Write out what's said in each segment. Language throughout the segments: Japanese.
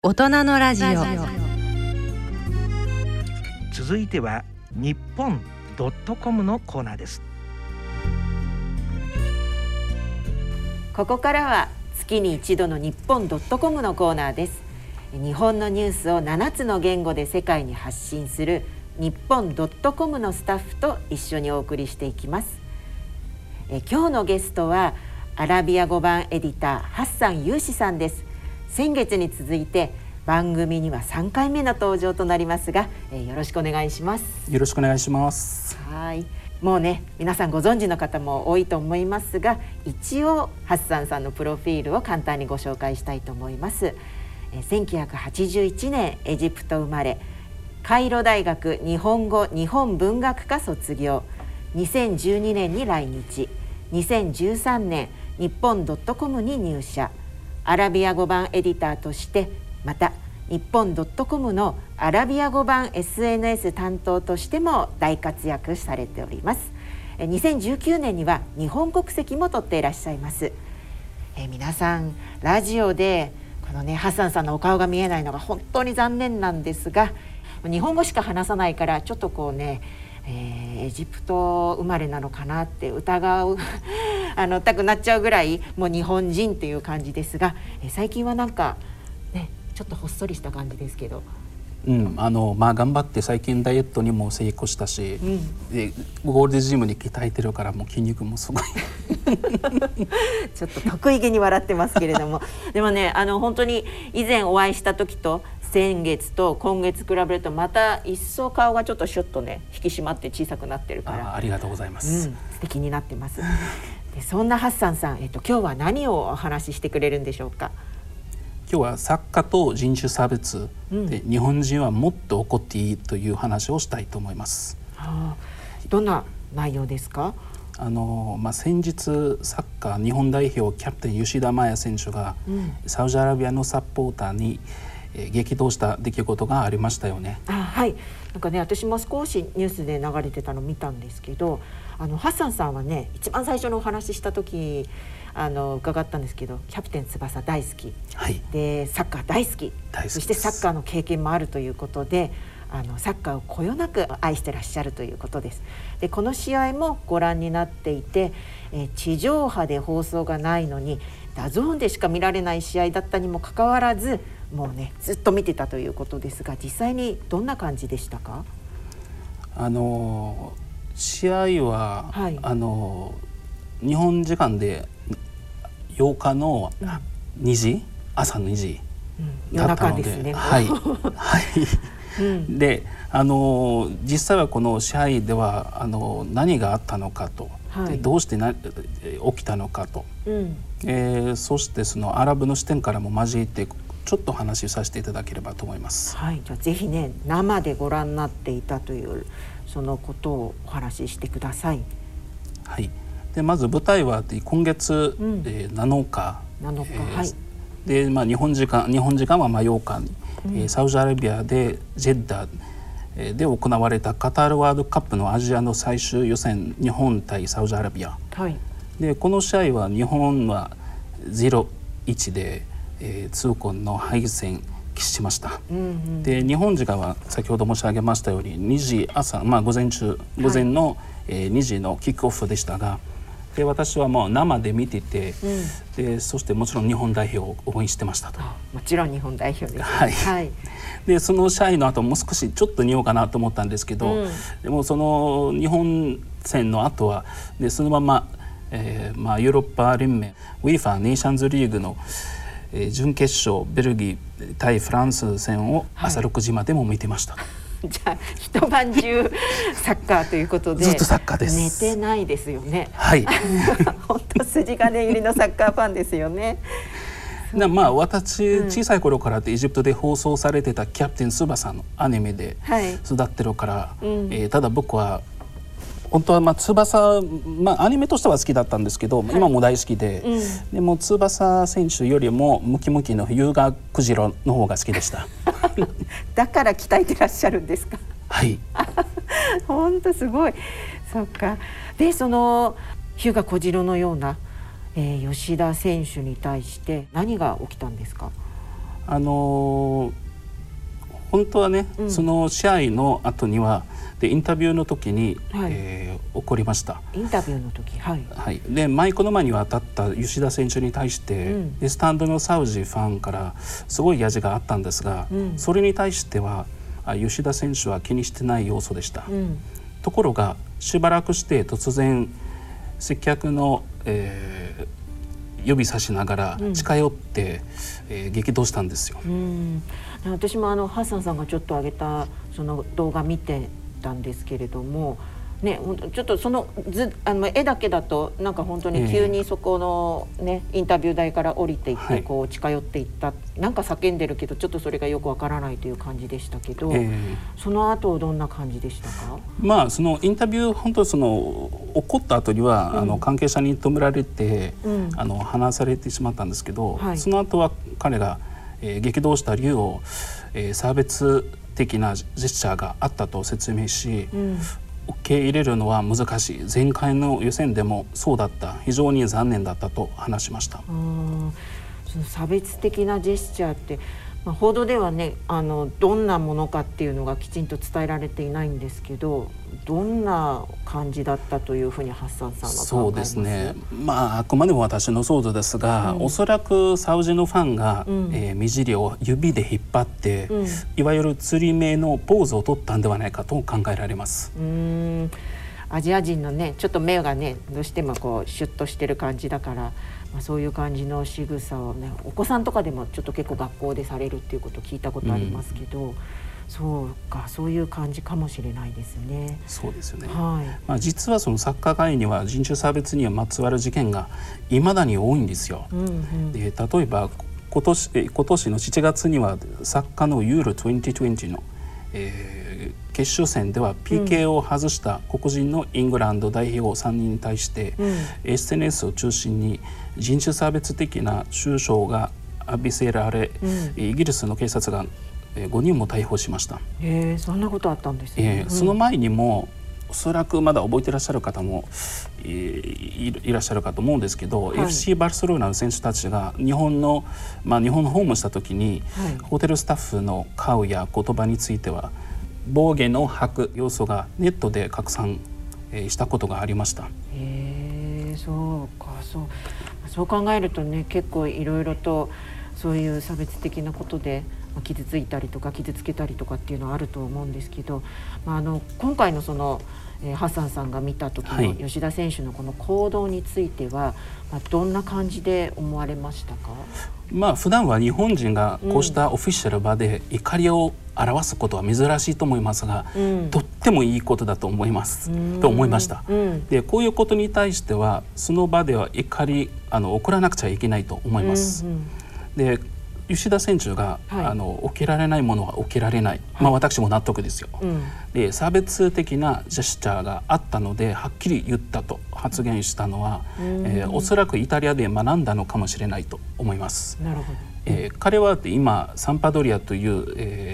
大人のラジオ。 続いては日本 .com のコーナーです。 ここからは月に一度の日本 .com のコーナーです。日本のニュースを7つの言語で世界に発信する日本 .com のスタッフと一緒にお送りしていきます。今日のゲストはアラビア語版エディターハッサン・ユーシさんです。先月に続いて番組には3回目の登場となりますが、よろしくお願いします。 よろしくお願いします。 はい、もうね皆さんご存知の方も多いと思いますが、一応ハッサンさんのプロフィールを簡単にご紹介したいと思います。1981年エジプト生まれ、カイロ大学日本語日本文学科卒業、2012年に来日、2013年日本 .com に入社、アラビア語版エディターとしてまた日本 .com のアラビア語版 SNS 担当としても大活躍されております。2019年には日本国籍も取っていらっしゃいます。皆さんラジオでこのねハッサンさんのお顔が見えないのが本当に残念なんですが、日本語しか話さないからちょっとこうね、エジプト生まれなのかなって疑うたくなっちゃうぐらいもう日本人っていう感じですが、最近はなんかねちょっとほっそりした感じですけど、 頑張って最近ダイエットにも成功したし、でゴールデンジムに鍛えてるからもう筋肉もすごいちょっと得意げに笑ってますけれどもでもね本当に以前お会いした時と先月と今月比べるとまた一層顔がちょっとシュッとね引き締まって小さくなってるから、 ありがとうございます、 素敵になってますでそんなハッサンさん、今日は何をお話ししてくれるんでしょうか。 今日は作家と人種差別で、日本人はもっと怒っていいという話をしたいと思います。 どんな内容ですか。 先日サッカー日本代表キャプテン吉田麻也選手が、サウジアラビアのサポーターに激怒した出来事がありましたよね。 はい、なんかね私も少しニュースで流れてたの見たんですけど、ハッサンさんはね一番最初のお話しした時伺ったんですけど、キャプテン翼大好き、でサッカー大好き、そしてサッカーの経験もあるということでサッカーをこよなく愛してらっしゃるということです。でこの試合もご覧になっていて、地上波で放送がないのにダゾーンでしか見られない試合だったにもかかわらずもうねずっと見てたということですが、実際にどんな感じでしたか。 試合は、日本時間で8日の2時、朝の2時だったので、夜中ですね。で実際はこの試合では何があったのかと、でどうして起きたのかと、そしてそのアラブの視点からも交えてちょっと話をさせていただければと思います。 じゃあぜひね生でご覧になっていたというそのことをお話ししてください。 でまず舞台は今月、7日、で日本時間は8日に、サウジアラビアでジェッダで行われたカタールワールドカップのアジアの最終予選、日本対サウジアラビア、でこの試合は日本は 0-1 で、痛恨の敗戦喫しました。で日本時間は先ほど申し上げましたように2時朝、午前の、2時のキックオフでしたが、で私はもう生で見てて、でそしてもちろん日本代表を応援してましたと。 もちろん日本代表ですね。 でその試合の後もう少しちょっと見ようかなと思ったんですけど、でもその日本戦の後はでそのまま、ヨーロッパ連盟 UEFA ネーションズリーグの準決勝ベルギー対フランス戦を朝6時までも見てました。 じゃあ一晩中サッカーということでずっとサッカーです。 寝てないですよね。本当筋金入りのサッカーファンですよね。 私小さい頃からエジプトで放送されてたキャプテン翼のアニメで育ってるから、ただ僕は本当は翼、アニメとしては好きだったんですけど、今も大好きで、でも翼選手よりもムキムキの優雅クジラの方が好きでしただから鍛えてらっしゃるんですか。本当すごい。そっか。でその優雅小次郎のような、吉田選手に対して何が起きたんですか。 本当はね、その試合の後にはでインタビューの時に、起こりました。 インタビューの時、 でマイクの前に当たった吉田選手に対して、でスタンドのサウジファンからすごいヤジがあったんですが、それに対しては吉田選手は気にしてない要素でした。ところがしばらくして突然接客の、指さしながら近寄って、激怒したんですよ。 私もハッサンさんがちょっと上げたその動画見てたんですけれども、ね、ちょっとその絵だけだとなんか本当に急にそこの、ね、インタビュー台から降りていって、こう近寄っていった、なんか叫んでるけどちょっとそれがよくわからないという感じでしたけど、その後どんな感じでしたか？ そのインタビュー本当起こった後には、関係者に止められて、話されてしまったんですけど、その後は彼が、激動した理由を、差別的なジェスチャーがあったと説明し、受け入れるのは難しい、前回の予選でもそうだった、非常に残念だったと話しました。 その差別的なジェスチャーって、報道ではねどんなものかっていうのがきちんと伝えられていないんですけど、どんな感じだったというふうにハッサンさんは考えます？ そうですね、あくまでも私の想像ですが、おそらくサウジのファンが、目尻を指で引っ張って、いわゆる釣り目のポーズを取ったんではないかと考えられます。 アジア人のねちょっと目がねどうしてもこうシュッとしてる感じだから、そういう感じの仕草をねお子さんとかでもちょっと結構学校でされるっていうことを聞いたことありますけど、そうか、そういう感じかもしれないですね。 そうですよね。実はそのサッカー界には人種差別にまつわる事件がいまだに多いんですよ。で例えば今年の7月にはサッカーのユーロ2020の、決勝戦では PK を外した黒人のイングランド代表3人に対して、SNS を中心に人種差別的な中傷が浴びせられ、イギリスの警察が5人も逮捕しました。 そんなことあったんですね。 その前にもおそらくまだ覚えていらっしゃる方も いらっしゃるかと思うんですけど、FC バルセロナの選手たちが日本のホームした時に、ホテルスタッフの顔や言葉については暴言の吐く要素がネットで拡散、したことがありました。 そうか、そう考えるとね、結構いろいろとそういう差別的なことで傷ついたりとか傷つけたりとかっていうのはあると思うんですけど、今回のその、ハッサンさんが見た時の吉田選手のこの行動については、どんな感じで思われましたか？ 普段は日本人がこうしたオフィシャル場で怒りを表すことは珍しいと思いますが、とってもいいことだと思いました。でこういうことに対してはその場では怒り怒らなくちゃいけないと思います。で吉田選手が、起きられないものは起きられない、私も納得ですよ。で差別的なジェスチャーがあったのではっきり言ったと発言したのは、おそらくイタリアで学んだのかもしれないと思います。 なるほど。 彼は今サンパドリアという、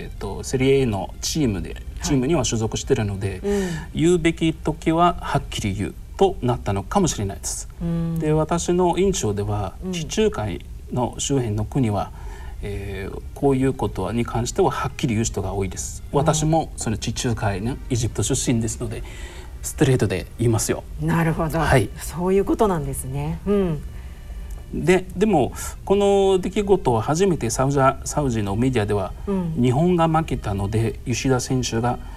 セリエ A のチームには所属しているので、言うべき時ははっきり言うとなったのかもしれないです。で私の印象では地中海の周辺の国はこういうことに関してははっきり言う人が多いです。私もその地中海のエジプト出身ですのでストレートで言いますよ。 なるほど、そういうことなんですね。 でもこの出来事を初めてサウジのメディアでは、日本が負けたので吉田選手が、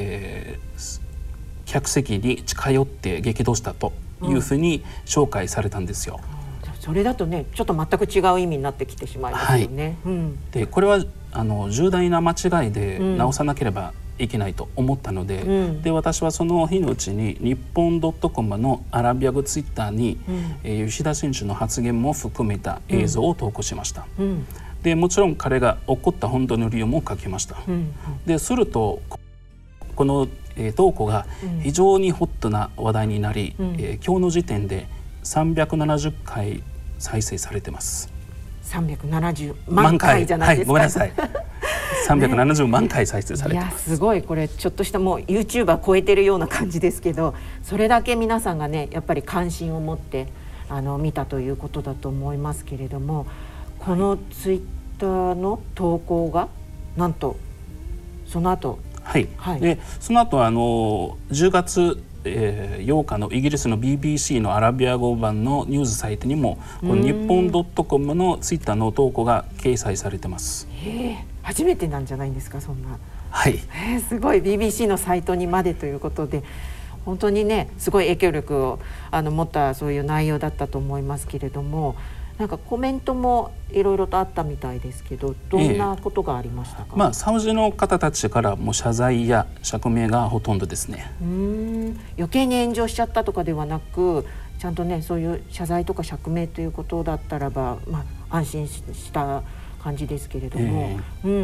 客席に近寄って激怒したというふうに紹介されたんですよ。 それだとねちょっと全く違う意味になってきてしまいますよね。 でこれは重大な間違いで直さなければいけないと思ったので、で私はその日のうちに日本 .com のアラビア語ツイッターに、吉田選手の発言も含めた映像を投稿しました。でもちろん彼が怒った本当の理由も書きました。でするとこの、投稿が非常にホットな話題になり、今日の時点で370回再生されてます。 370万回じゃないですか。 ごめんなさい。370万回再生されてます。 すごい、これちょっとしたもう YouTuber 超えてるような感じですけど、それだけ皆さんがねやっぱり関心を持って見たということだと思いますけれども、このツイッターの投稿がなんとその後、 はい、はい、でその後10月8日のイギリスの BBC のアラビア語版のニュースサイトにもこの日本 .com のツイッターの投稿が掲載されてます。 初めてなんじゃないんですか、そんな。 はい、 すごい BBC のサイトにまでということで、本当にねすごい影響力を持ったそういう内容だったと思いますけれども、なんかコメントもいろいろとあったみたいですけど、どんなことがありましたか？ サウジの方たちからも謝罪や釈明がほとんどですね。 余計に炎上しちゃったとかではなく、ちゃんとねそういう謝罪とか釈明ということだったらば、安心した感じですけれども、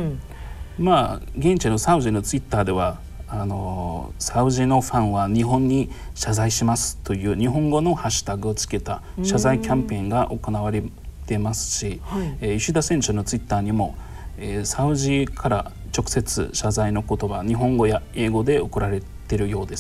現地のサウジのツイッターではサウジのファンは日本に謝罪しますという日本語のハッシュタグをつけた謝罪キャンペーンが行われてますし、吉田選手のツイッターにも、サウジから直接謝罪の言葉日本語や英語で送られているようです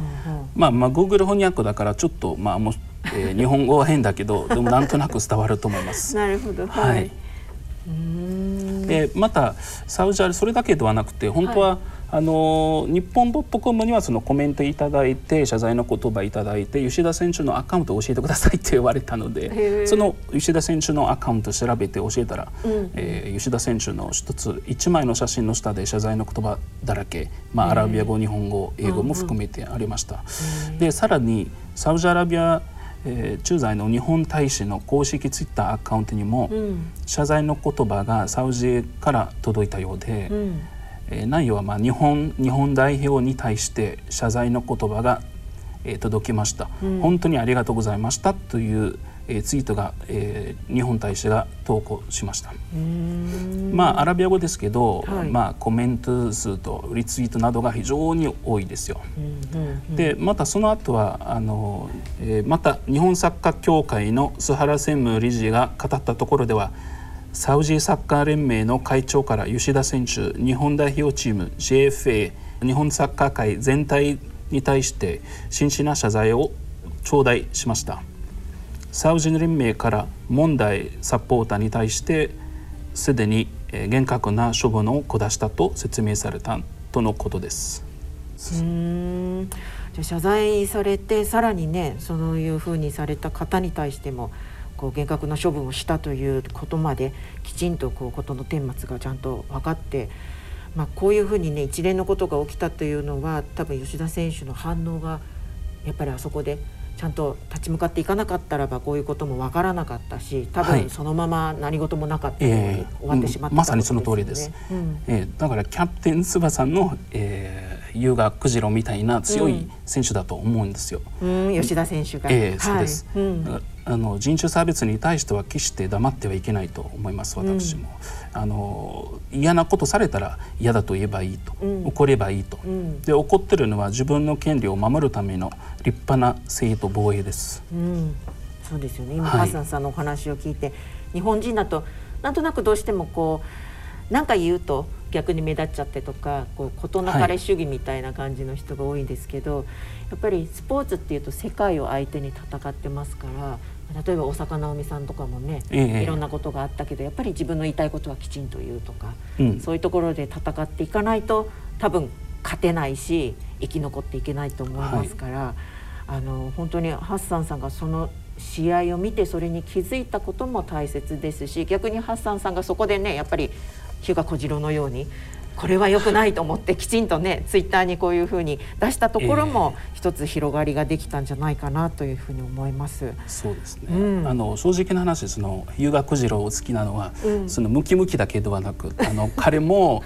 。Google 翻訳だからちょっと日本語は変だけどでもなんとなく伝わると思います。 なるほど、 はい。でまたサウジアラビアそれだけではなくて本当は、日本 .com にはそのコメントいただいて謝罪の言葉いただいて吉田選手のアカウントを教えてくださいって言われたので、その吉田選手のアカウント調べて教えたら、吉田選手の1枚の写真の下で謝罪の言葉だらけ、アラビア語日本語英語も含めてありました。でさらにサウジアラビア駐在の日本大使の公式ツイッターアカウントにも、謝罪の言葉がサウジから届いたようで、内容は日本代表に対して謝罪の言葉が、届きました、本当にありがとうございましたというツイートが、日本大使が投稿しました。アラビア語ですけど、コメント数とリツイートなどが非常に多いですよ。でまたその後はまた日本サッカー協会の須原専務理事が語ったところでは、サウジサッカー連盟の会長から吉田選手日本代表チーム JFA 日本サッカー界全体に対して真摯な謝罪を頂戴しました。サウジ連盟から問題サポーターに対してすでに厳格な処分を下したと説明されたとのことです。 じゃあ謝罪されてさらにねそういうふうにされた方に対しても厳格な処分をしたということまできちんと事の顛末がちゃんと分かって、こういうふうにね一連のことが起きたというのは多分吉田選手の反応がやっぱりあそこでちゃんと立ち向かっていかなかったらばこういうことも分からなかったし、多分そのまま何事もなかったように終わってしまった、 まさにその通りです。だからキャプテン翼の、優雅クジロみたいな強い選手だと思うんですよ。 吉田選手が。 そうです。人種差別に対しては決して黙ってはいけないと思います。私も、嫌なことされたら嫌だと言えばいいと、怒ればいいと、で怒ってるのは自分の権利を守るための立派な正当防衛です。 そうですよね。今、ハッサンさんのお話を聞いて、日本人だとなんとなくどうしても何か言うと逆に目立っちゃってとか事なかれ主義みたいな感じの人が多いんですけど、やっぱりスポーツっていうと世界を相手に戦ってますから、例えば大坂なおみさんとかもね、いろんなことがあったけどやっぱり自分の言いたいことはきちんと言うとか、そういうところで戦っていかないと多分勝てないし生き残っていけないと思いますから、本当にハッサンさんがその試合を見てそれに気づいたことも大切ですし、逆にハッサンさんがそこでねやっぱり日向小次郎のようにこれは良くないと思ってきちんとねツイッターにこういうふうに出したところも一つ広がりができたんじゃないかなというふうに思います。 そうですね、正直な話日向小次郎を好きなのは、そのムキムキだけではなく彼も、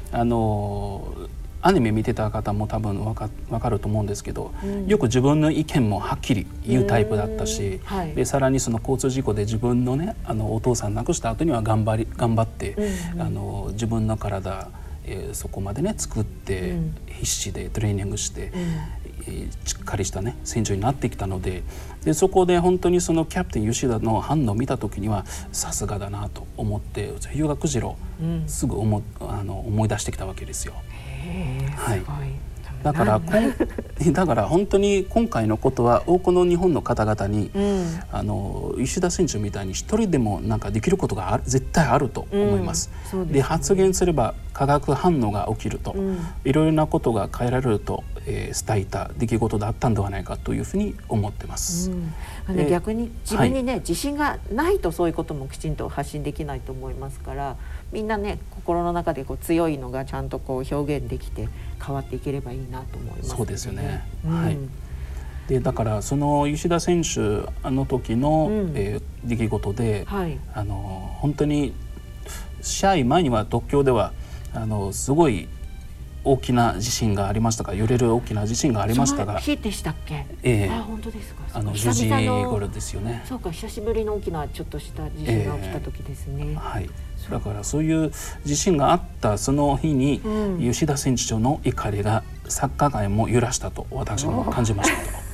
アニメ見てた方も多分分かると思うんですけど、よく自分の意見もはっきり言うタイプだったし、でさらにその交通事故で自分のねお父さん亡くした後には頑張って、自分の体そこまでね作って必死でトレーニングして、しっかりしたね選手になってきたので、そこで本当にそのキャプテン吉田の反応を見た時にはさすがだなと思って日向小次郎すぐ思い出してきたわけですよ。 すごい、 だから本当に今回のことは多くの日本の方々に、石田選手みたいに一人でもなんかできることが絶対あると思います。で発言すれば化学反応が起きると、いろいろなことが変えられると、伝えた出来事だったんではないかというふうに思ってます。 逆に自分にね、自信がないとそういうこともきちんと発信できないと思いますから、みんなね心の中でこう強いのがちゃんとこう表現できて変わっていければいいなと思いますね。 そうですよね。でだからその吉田選手の時の、出来事で、本当に試合前には東京ではすごい大きな地震がありましたが、揺れる大きな地震がありましたが、 その日でしたっけ？本当ですか。 10時頃ですよね。 そうか、久しぶりの大きなちょっとした地震が起きた時ですね。 だからそういう地震があったその日に、吉田選手の怒りがサッカー界も揺らしたと私も感じましたと。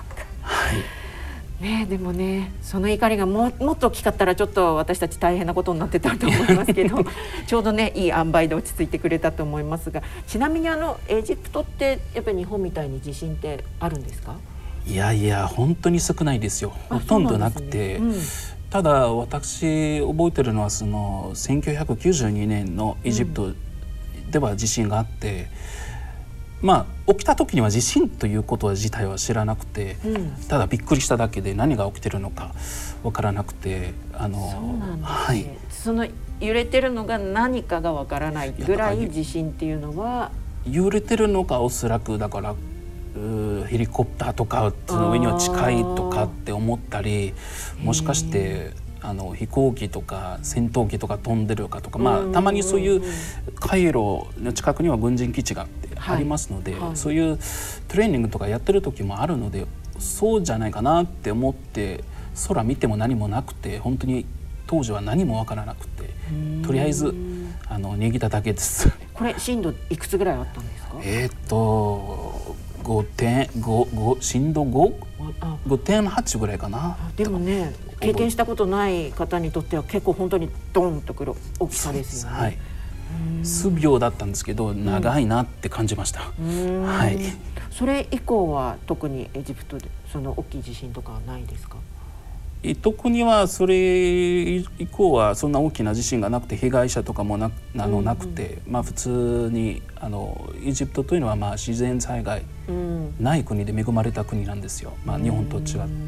でもね、その怒りがもっと大きかったらちょっと私たち大変なことになってたと思いますけどちょうどねいい塩梅で落ち着いてくれたと思いますが、ちなみにエジプトってやっぱり日本みたいに地震ってあるんですか？ いやいや本当に少ないですよ。ほとんどなくて、ただ私覚えてるのはその1992年のエジプトでは地震があって、起きた時には地震ということ自体は知らなくて、ただびっくりしただけで何が起きてるのか分からなくて、 その揺れてるのが何かが分からないぐらい地震っていうのは、 揺れてるのがおそらくだからヘリコプターとかその上には近いとかって思ったり、もしかして飛行機とか戦闘機とか飛んでるかとか、たまにそういうカイロの近くには軍人基地がありますので、そういうトレーニングとかやってる時もあるので、そうじゃないかなって思って空見ても何もなくて、本当に当時は何も分からなくて、とりあえず逃げただけです。 これ震度いくつぐらいあったんですか ？5.5震度 5?5.8 ぐらいかな。 でもね、経験したことない方にとっては結構本当にドンとくる大きさですよね。 数秒だったんですけど長いなって感じました。 それ以降は特にエジプトでその大きい地震とかはないですか？ 特にはそれ以降はそんな大きな地震がなくて、被害者とかもなくて、普通にエジプトというのは自然災害ない国で恵まれた国なんですよ。日本と違って。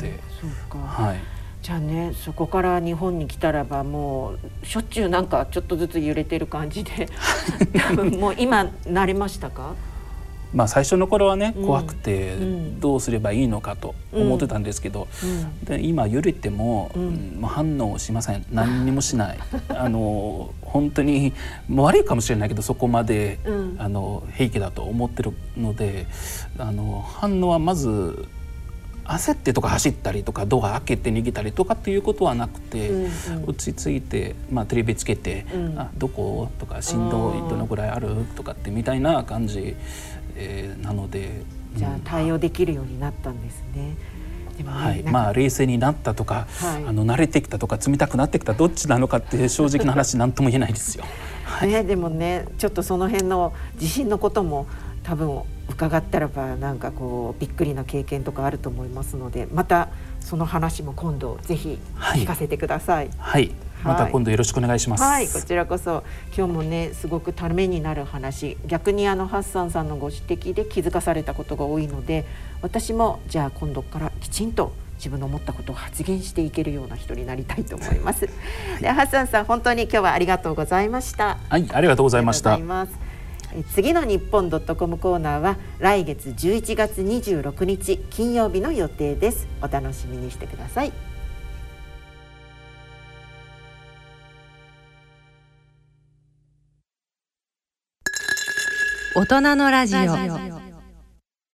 じゃあね、そこから日本に来たらばもうしょっちゅうなんかちょっとずつ揺れてる感じで多分もう今慣れましたか？ 最初の頃はね怖くてどうすればいいのかと思ってたんですけど、で今揺れても、反応しません。何にもしない本当に悪いかもしれないけど、そこまで、平気だと思ってるので、反応はまず焦ってとか走ったりとかドア開けて逃げたりとかっていうことはなくて、落ち着いて、テレビつけて、どこ？とか振動どのぐらいある？とかってみたいな感じ、なので、 じゃあ対応できるようになったんですね。でもね、 冷静になったとか、慣れてきたとか冷たくなってきたどっちなのかって正直な話何とも言えないですよ。 でもね、ちょっとその辺の地震のことも多分伺ったらばなんかこうびっくりな経験とかあると思いますので、またその話も今度ぜひ聞かせてください。 また今度よろしくお願いします。 こちらこそ。今日もねすごくためになる話、逆にハッサンさんのご指摘で気づかされたことが多いので、私もじゃあ今度からきちんと自分の思ったことを発言していけるような人になりたいと思います。でハッサンさん、本当に今日はありがとうございました。 ありがとうございました。 次の日本.comコーナーは来月11月26日金曜日の予定です。お楽しみにしてください。 大人のラジオ。